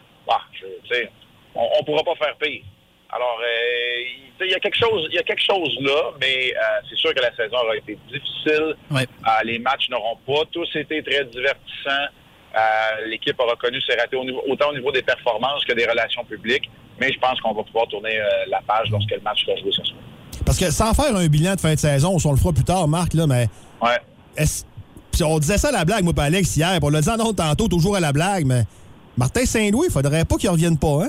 on ne pourra pas faire pire. Alors, il y a quelque chose là, mais c'est sûr que la saison aura été difficile. Ouais. Les matchs n'auront pas tous été très divertissants. L'équipe aura connu ses ratés autant au niveau des performances que des relations publiques, mais je pense qu'on va pouvoir tourner la page lorsque le match sera joué ce soir. Parce que sans faire un bilan de fin de saison, on le fera plus tard, Marc, là, mais... Ouais. Puis on disait ça à la blague, moi et Alex, hier, puis on l'a dit en autre tantôt, toujours à la blague, mais Martin Saint-Louis, il faudrait pas qu'il revienne pas, hein?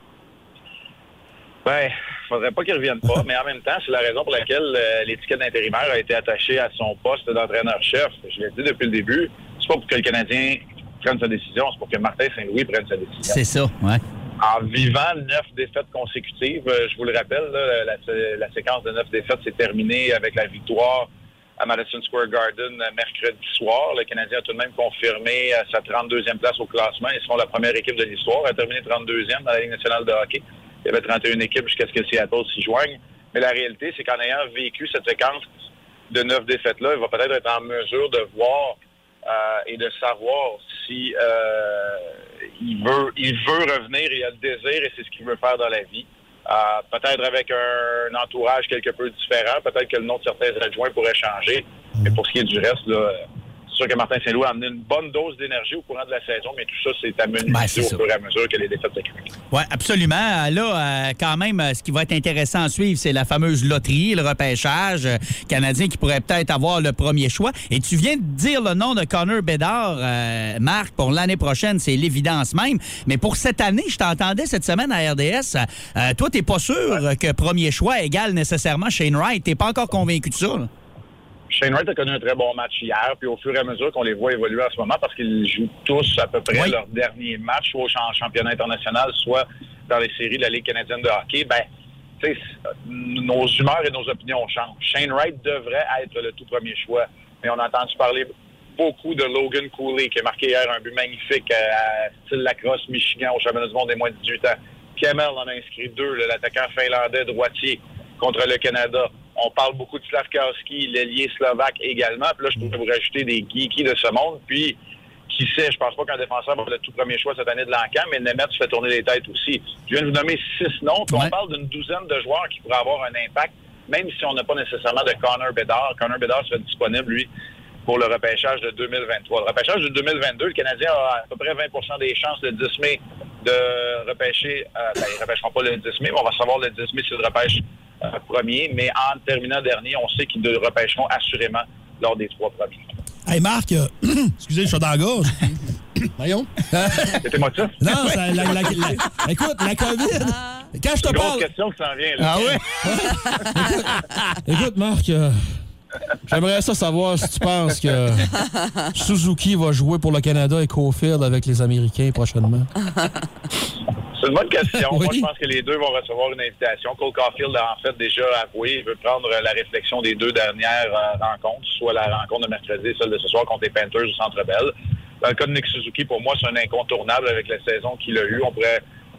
Ben, faudrait pas qu'il revienne pas, mais en même temps, c'est la raison pour laquelle l'étiquette d'intérimaire a été attachée à son poste d'entraîneur-chef. Je l'ai dit depuis le début, c'est pas pour que le Canadien prenne sa décision, c'est pour que Martin Saint-Louis prenne sa décision. C'est ça, ouais. En vivant 9 défaites consécutives, je vous le rappelle, là, la séquence de 9 défaites s'est terminée avec la victoire à Madison Square Garden mercredi soir. Le Canadien a tout de même confirmé sa 32e place au classement. Ils seront la première équipe de l'histoire à terminer 32e dans la Ligue nationale de hockey. Il y avait 31 équipes jusqu'à ce que Seattle s'y joigne. Mais la réalité, c'est qu'en ayant vécu cette séquence de 9 défaites-là, il va peut-être être en mesure de voir et de savoir si il veut revenir, il a le désir et c'est ce qu'il veut faire dans la vie. Peut-être avec un entourage quelque peu différent, peut-être que le nom de certains adjoints pourrait changer. Mais pour ce qui est du reste, là, c'est sûr que Martin Saint-Louis a amené une bonne dose d'énergie au courant de la saison, mais tout ça, c'est amenuisé au fur et à mesure que les défaites s'accumulent. Oui, absolument. Là, quand même, ce qui va être intéressant à suivre, c'est la fameuse loterie, le repêchage canadien qui pourrait peut-être avoir le premier choix. Et tu viens de dire le nom de Connor Bedard, Marc, pour l'année prochaine, c'est l'évidence même. Mais pour cette année, je t'entendais cette semaine à RDS, toi, t'es pas sûr que premier choix égale nécessairement Shane Wright. T'es pas encore convaincu de ça, là? Shane Wright a connu un très bon match hier, puis au fur et à mesure qu'on les voit évoluer en ce moment, parce qu'ils jouent tous à peu près leur dernier match, soit en championnat international, soit dans les séries de la Ligue canadienne de hockey, ben, tu sais, nos humeurs et nos opinions changent. Shane Wright devrait être le tout premier choix, mais on a entendu parler beaucoup de Logan Cooley, qui a marqué hier un but magnifique à style Lacrosse, Michigan, au championnat du monde des moins de 18 ans. Kemel en a inscrit 2, l'attaquant finlandais droitier contre le Canada. On parle beaucoup de Slavkovski, l'ailier slovaque également. Puis là, je pourrais vous rajouter des geekies de ce monde. Puis, qui sait, je pense pas qu'un défenseur va être le tout premier choix cette année de l'Encamp, mais Nemeth fait tourner les têtes aussi. Je viens de vous nommer 6 noms. Puis on parle d'une douzaine de joueurs qui pourraient avoir un impact, même si on n'a pas nécessairement de Connor Bedard. Connor Bedard sera disponible, lui, pour le repêchage de 2023. Le repêchage de 2022, le Canadien a à peu près 20% des chances le 10 mai de repêcher. Ils ne repêcheront pas le 10 mai, mais on va savoir le 10 mai s'ils le repêchent premier. Mais en terminant dernier, on sait qu'ils le repêcheront assurément lors des 3 premiers. Hey Marc, excusez, je suis dans la gorge. Voyons. C'était moi ça? Non, écoute, la COVID. Quand je te parle. Grosse question qui s'en vient, là. Ah ouais? écoute, Marc, j'aimerais ça savoir si tu penses que Suzuki va jouer pour le Canada et Caulfield avec les Américains prochainement. C'est une bonne question. Oui. Moi, je pense que les deux vont recevoir une invitation. Cole Caulfield a en fait déjà avoué. Il veut prendre la réflexion des 2 dernières rencontres, soit la rencontre de mercredi et celle de ce soir contre les Panthers du Centre Bell. Dans le cas de Nick Suzuki, pour moi, c'est un incontournable avec la saison qu'il a eue. On pourrait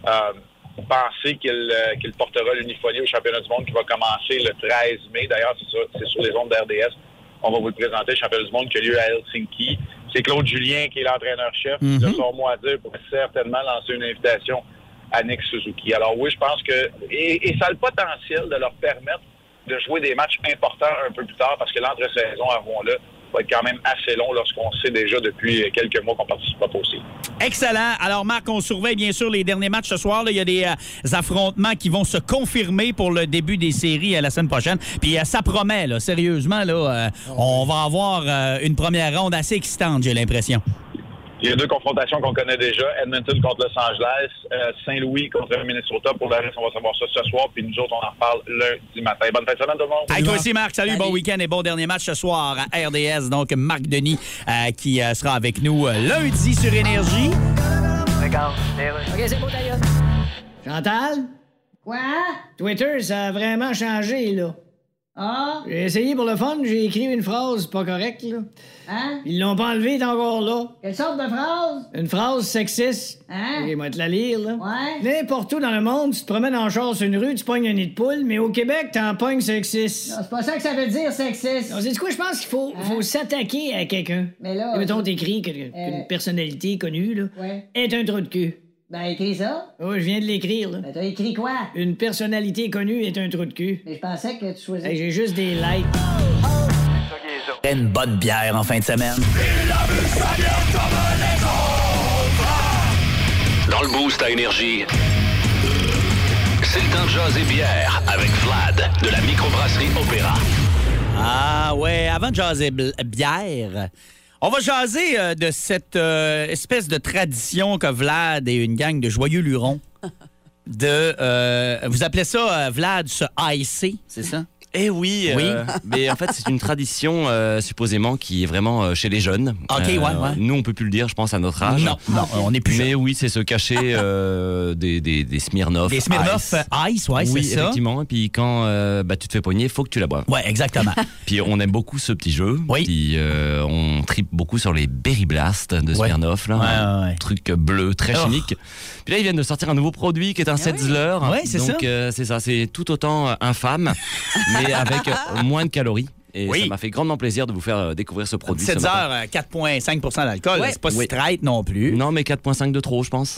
penser qu'il portera l'unifolie au championnat du monde qui va commencer le 13 mai. D'ailleurs, c'est sur les ondes d'RDS. on va vous le présenter, le championnat du monde qui a lieu à Helsinki. C'est Claude Julien qui est l'entraîneur-chef. De son mot à dire, pour certainement lancer une invitation à Nick Suzuki. Alors oui, je pense que... Et ça a le potentiel de leur permettre de jouer des matchs importants un peu plus tard, parce que l'entre-saison, avouons-le, va être quand même assez long lorsqu'on sait déjà depuis quelques mois qu'on participe pas aussi. Excellent. Alors, Marc, on surveille bien sûr les derniers matchs ce soir. Là, il y a des affrontements qui vont se confirmer pour le début des séries la semaine prochaine. Puis ça promet, là, sérieusement, là, on va avoir une première ronde assez excitante, j'ai l'impression. Il y a 2 confrontations qu'on connaît déjà. Edmonton contre Los Angeles, Saint-Louis contre Minnesota. Pour le reste, on va savoir ça ce soir. Puis nous autres, on en reparle lundi matin. Bonne fin de semaine, tout le monde. Hey, toi aussi, Marc. Salut, bon week-end et bon dernier match ce soir à RDS. Donc, Marc Denis qui sera avec nous lundi sur Énergie. Regarde. OK, c'est beau, d'ailleurs. Chantal? Quoi? Twitter, ça a vraiment changé, là. Ah? J'ai essayé pour le fun, j'ai écrit une phrase pas correcte, là. Hein? Ils l'ont pas enlevée, t'es encore là. Quelle sorte de phrase? Une phrase sexiste. Hein? OK, moi te la lire, là. Ouais. N'importe où dans le monde, tu te promènes en char sur une rue, tu pognes un nid de poule, mais au Québec, t'en pognes sexiste. Non, c'est pas ça que ça veut dire, sexiste. On sait quoi, je pense qu'il faut s'attaquer à quelqu'un. Mais là... Mettons, t'écris qu'une personnalité connue, là, Ouais. est un trou de cul. Ben, écris ça. Oh, je viens de l'écrire, là. Ben, t'as écrit quoi? Une personnalité connue est un trou de cul. Mais je pensais que tu choisissais... Hey, j'ai juste des likes. Une bonne bière en fin de semaine. Dans le Boost à Énergie, c'est le temps de jaser bière avec Vlad de la microbrasserie Opéra. Ah ouais, avant de jaser bière, on va jaser de cette espèce de tradition que Vlad et une gang de joyeux lurons vous appelez ça, Vlad, se icer, c'est ça? Eh oui, mais en fait, c'est une tradition supposément qui est vraiment chez les jeunes. OK, ouais. Nous, on peut plus le dire, je pense, à notre âge. Non, on n'est plus. Mais oui, c'est se cacher des Smirnoff. Des Smirnoff Ice, ouais, oui, c'est ça. Effectivement. Et puis quand tu te fais pogner, il faut que tu la boives. Ouais, exactement. Puis on aime beaucoup ce petit jeu. Oui. Puis on tripe beaucoup sur les Berry Blast de Smirnoff. Là, ouais. Truc bleu, très chimique. Puis là, ils viennent de sortir un nouveau produit qui est un Setzler. Oui, c'est ça. Donc, c'est ça. C'est tout autant infâme, mais avec moins de calories. Et ça m'a fait grandement plaisir de vous faire découvrir ce produit. 7 heures, 4,5 d'alcool. Ouais. C'est pas si traite non plus. Non, mais 4,5 de trop, je pense.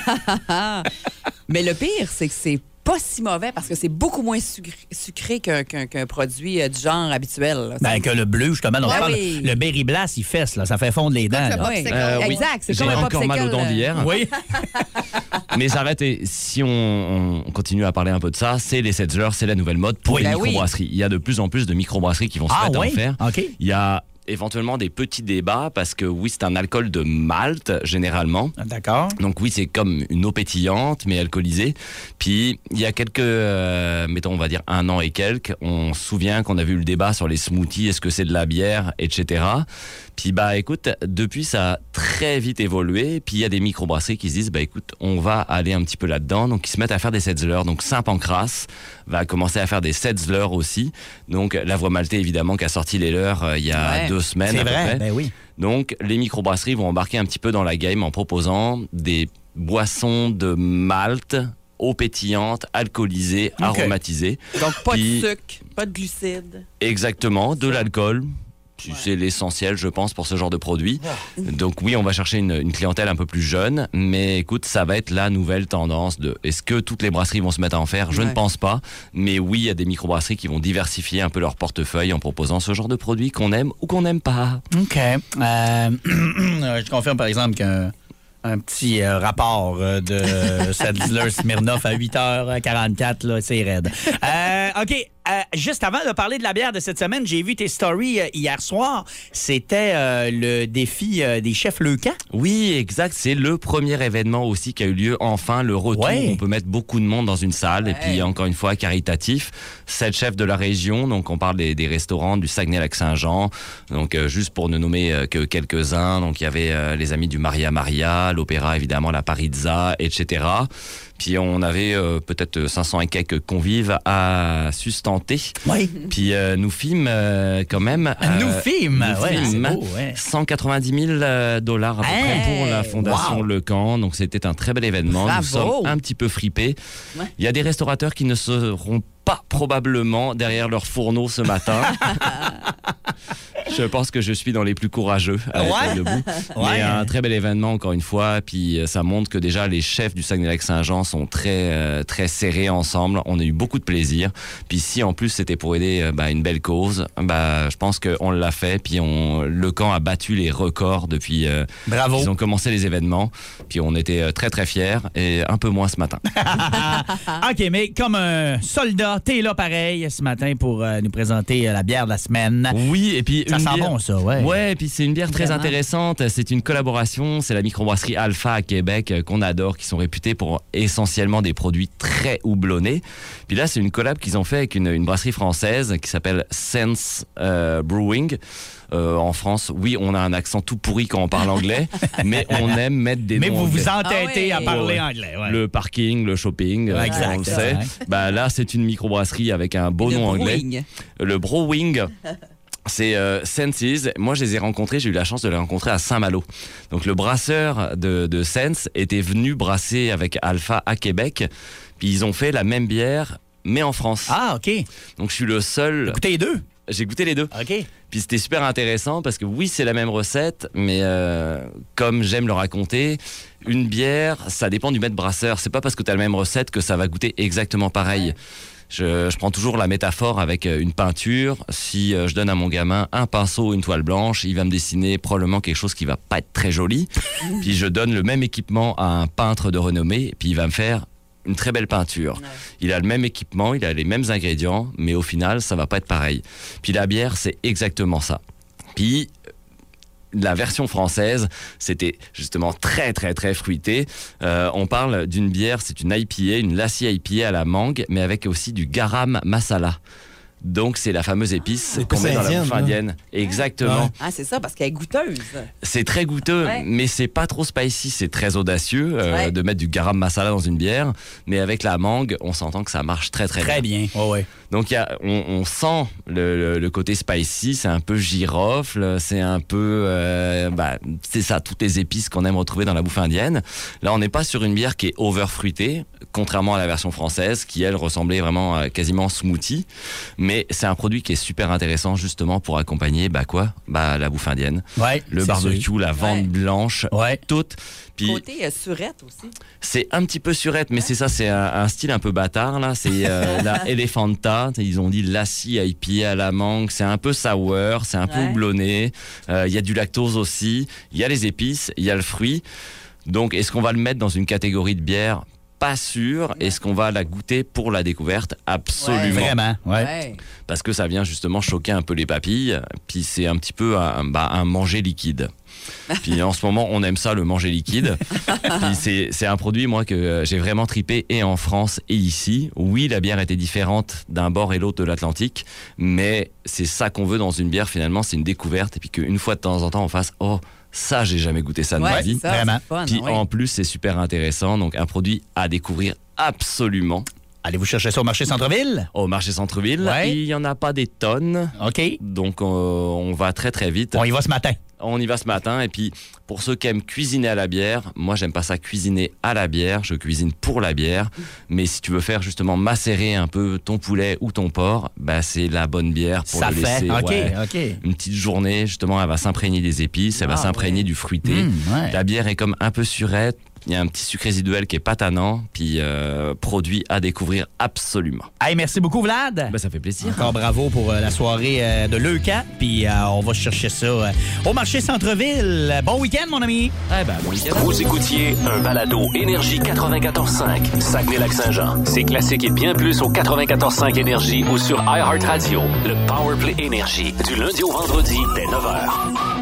Mais le pire, c'est que c'est pas si mauvais parce que c'est beaucoup moins sucré qu'un produit du genre habituel. Là. Ben, que le bleu, justement. On parle, oui. Le Berry Blast, il fesse, là. Ça fait fondre les dents. Oui. Exact. C'est J'ai comme un encore mal aux dents d'hier. Oui. Mais j'arrête. Et si on continue à parler un peu de ça, c'est les Setzler, c'est la nouvelle mode pour les microbrasseries. Il y a de plus en plus de microbrasseries qui vont se mettre à en faire. Okay. Il y a éventuellement des petits débats parce que oui, c'est un alcool de malt généralement. D'accord. Donc oui, c'est comme une eau pétillante mais alcoolisée. Puis il y a quelques, mettons on va dire 1 an et quelques, on se souvient qu'on a vu le débat sur les smoothies, est-ce que c'est de la bière, etc. Puis bah écoute, depuis ça a très vite évolué. Puis il y a des microbrasseries qui se disent bah écoute, on va aller un petit peu là-dedans. Donc ils se mettent à faire des Setzler. Donc Saint-Pancras va commencer à faire des Setzler aussi. Donc la Voie Maltais évidemment qui a sorti les leurs il y a 2 semaines c'est à peu vrai, près. Ben oui. Donc les microbrasseries vont embarquer un petit peu dans la game en proposant des boissons de malt, eau pétillante, alcoolisée, aromatisée. Donc pas de sucre, pas de glucides. Exactement, de l'alcool. C'est l'essentiel, je pense, pour ce genre de produit. Donc oui, on va chercher une clientèle un peu plus jeune, mais écoute, ça va être la nouvelle tendance de... Est-ce que toutes les brasseries vont se mettre à en faire? Je ne pense pas, mais oui, il y a des microbrasseries qui vont diversifier un peu leur portefeuille en proposant ce genre de produit qu'on aime ou qu'on n'aime pas. OK. Je confirme, par exemple, qu'un petit rapport de Setzler Smirnoff à 8h44, là, c'est raide. OK. Juste avant de parler de la bière de cette semaine, j'ai vu tes stories hier soir. C'était le défi des chefs Leucan. Oui, exact. C'est le premier événement aussi qui a eu lieu. Enfin, le retour. Ouais. On peut mettre beaucoup de monde dans une salle. Et puis, encore une fois, caritatif. 7 chefs de la région. Donc, on parle des restaurants du Saguenay-Lac-Saint-Jean. Donc, juste pour ne nommer que quelques-uns. Donc, il y avait les amis du Maria Maria, l'Opéra, évidemment, la Parizza, etc. Puis on avait peut-être 500 et quelques convives à sustenter. Oui. Puis nous films quand même. Nous films, c'est beau, 190 000 $ à peu près pour la Fondation Leucan. Donc c'était un très bel événement. Bravo. Nous sommes un petit peu fripés. Ouais. Il y a des restaurateurs qui ne seront pas probablement derrière leur fourneau ce matin. Je pense que je suis dans les plus courageux à être debout. Mais un très bel événement, encore une fois. Puis ça montre que déjà, les chefs du Saguenay-Lac-Saint-Jean sont très, très serrés ensemble. On a eu beaucoup de plaisir. Puis si en plus c'était pour aider une belle cause, je pense qu'on l'a fait. Puis le camp a battu les records depuis qu'ils ont commencé les événements. Puis on était très très fiers et un peu moins ce matin. OK, mais comme un soldat, t'es là pareil ce matin pour nous présenter la bière de la semaine. Oui, et puis ça sent bon, ça, ouais. Ouais, et puis c'est une bière très intéressante. C'est une collaboration. C'est la microbrasserie Alpha à Québec qu'on adore, qui sont réputés pour essentiellement des produits très houblonnés. Puis là, c'est une collab qu'ils ont fait avec une brasserie française qui s'appelle Sense Brewing. En France, oui, on a un accent tout pourri quand on parle anglais, mais on aime mettre des noms. Mais vous anglais. vous entêtez à parler anglais. Ouais. Le parking, le shopping, on le sait. Là, c'est une microbrasserie avec un beau nom anglais. Le Brewing. C'est Senses. Moi, je les ai rencontrés. J'ai eu la chance de les rencontrer à Saint-Malo. Donc, le brasseur de Sense était venu brasser avec Alpha à Québec. Puis, ils ont fait la même bière, mais en France. Ah, OK. Donc, je suis le seul. Goûté les deux? J'ai goûté les deux. OK. Puis c'était super intéressant parce que oui, c'est la même recette, mais comme j'aime le raconter, une bière, ça dépend du maître brasseur. C'est pas parce que tu as la même recette que ça va goûter exactement pareil. Je prends toujours la métaphore avec une peinture. Si je donne à mon gamin un pinceau, une toile blanche, il va me dessiner probablement quelque chose qui va pas être très joli. Puis je donne le même équipement à un peintre de renommée, puis il va me faire une très belle peinture. Ouais. Il a le même équipement, il a les mêmes ingrédients, mais au final, ça va pas être pareil. Puis la bière, c'est exactement ça. Puis la version française, c'était justement très très très fruité. On parle d'une bière, c'est une IPA, une lassie IPA à la mangue, mais avec aussi du garam masala. Donc, c'est la fameuse épice qu'on met dans la bouffe indienne. Exactement. Ah, c'est ça, parce qu'elle est goûteuse. C'est très goûteux, mais c'est pas trop spicy. C'est très audacieux de mettre du garam masala dans une bière. Mais avec la mangue, on s'entend que ça marche très, très bien. Très bien. Oh, ouais. Donc, on sent le côté spicy. C'est un peu girofle. C'est un peu... c'est ça, toutes les épices qu'on aime retrouver dans la bouffe indienne. Là, on n'est pas sur une bière qui est over-fruitée, contrairement à la version française, qui, elle, ressemblait vraiment quasiment smoothie. Mais c'est un produit qui est super intéressant justement pour accompagner la bouffe indienne. Ouais, le barbecue, la viande blanche, toute. Puis, côté surette aussi. C'est un petit peu surette, mais c'est ça, c'est un style un peu bâtard là. C'est la Elephanta. Ils ont dit lassie IPA à la mangue. C'est un peu sour, c'est un peu houblonné. Il y a du lactose aussi. Il y a les épices, il y a le fruit. Donc, est-ce qu'on va le mettre dans une catégorie de bière? Pas sûr. Est-ce qu'on va la goûter pour la découverte? Absolument. Vraiment, ouais. Parce que ça vient justement choquer un peu les papilles. Puis c'est un petit peu un manger liquide. Puis en ce moment, on aime ça, le manger liquide. Puis c'est un produit, moi, que j'ai vraiment tripé et en France et ici. Oui, la bière était différente d'un bord et l'autre de l'Atlantique, mais c'est ça qu'on veut dans une bière, finalement, c'est une découverte. Et puis qu'une fois de temps en temps, on fasse « Oh, ça, j'ai jamais goûté ça de ma vie. » Vraiment. Puis en plus, c'est super intéressant. Donc, un produit à découvrir absolument. Allez-vous chercher ça au marché Centre-Ville? Au marché Centre-Ville, il n'y en a pas des tonnes. OK. Donc, on va très, très vite. On y va ce matin. On y va ce matin. Et puis, pour ceux qui aiment cuisiner à la bière, moi, j'aime pas ça cuisiner à la bière. Je cuisine pour la bière. Mais si tu veux faire justement macérer un peu ton poulet ou ton porc, c'est la bonne bière pour le laisser. OK. Une petite journée, justement, elle va s'imprégner des épices, elle va s'imprégner du fruité. La bière est comme un peu surette. Il y a un petit sucre résiduel qui est pas tannant, puis produit à découvrir absolument. Hey, merci beaucoup, Vlad. Ça fait plaisir. Encore bravo pour la soirée de Leucan, puis on va chercher ça au marché Centre-Ville. Bon week-end, mon ami. Bon week-end. Vous écoutiez un balado Énergie 94.5, Saguenay-Lac-Saint-Jean. C'est classique et bien plus au 94.5 Énergie ou sur iHeartRadio. Le Powerplay Énergie, du lundi au vendredi dès 9h.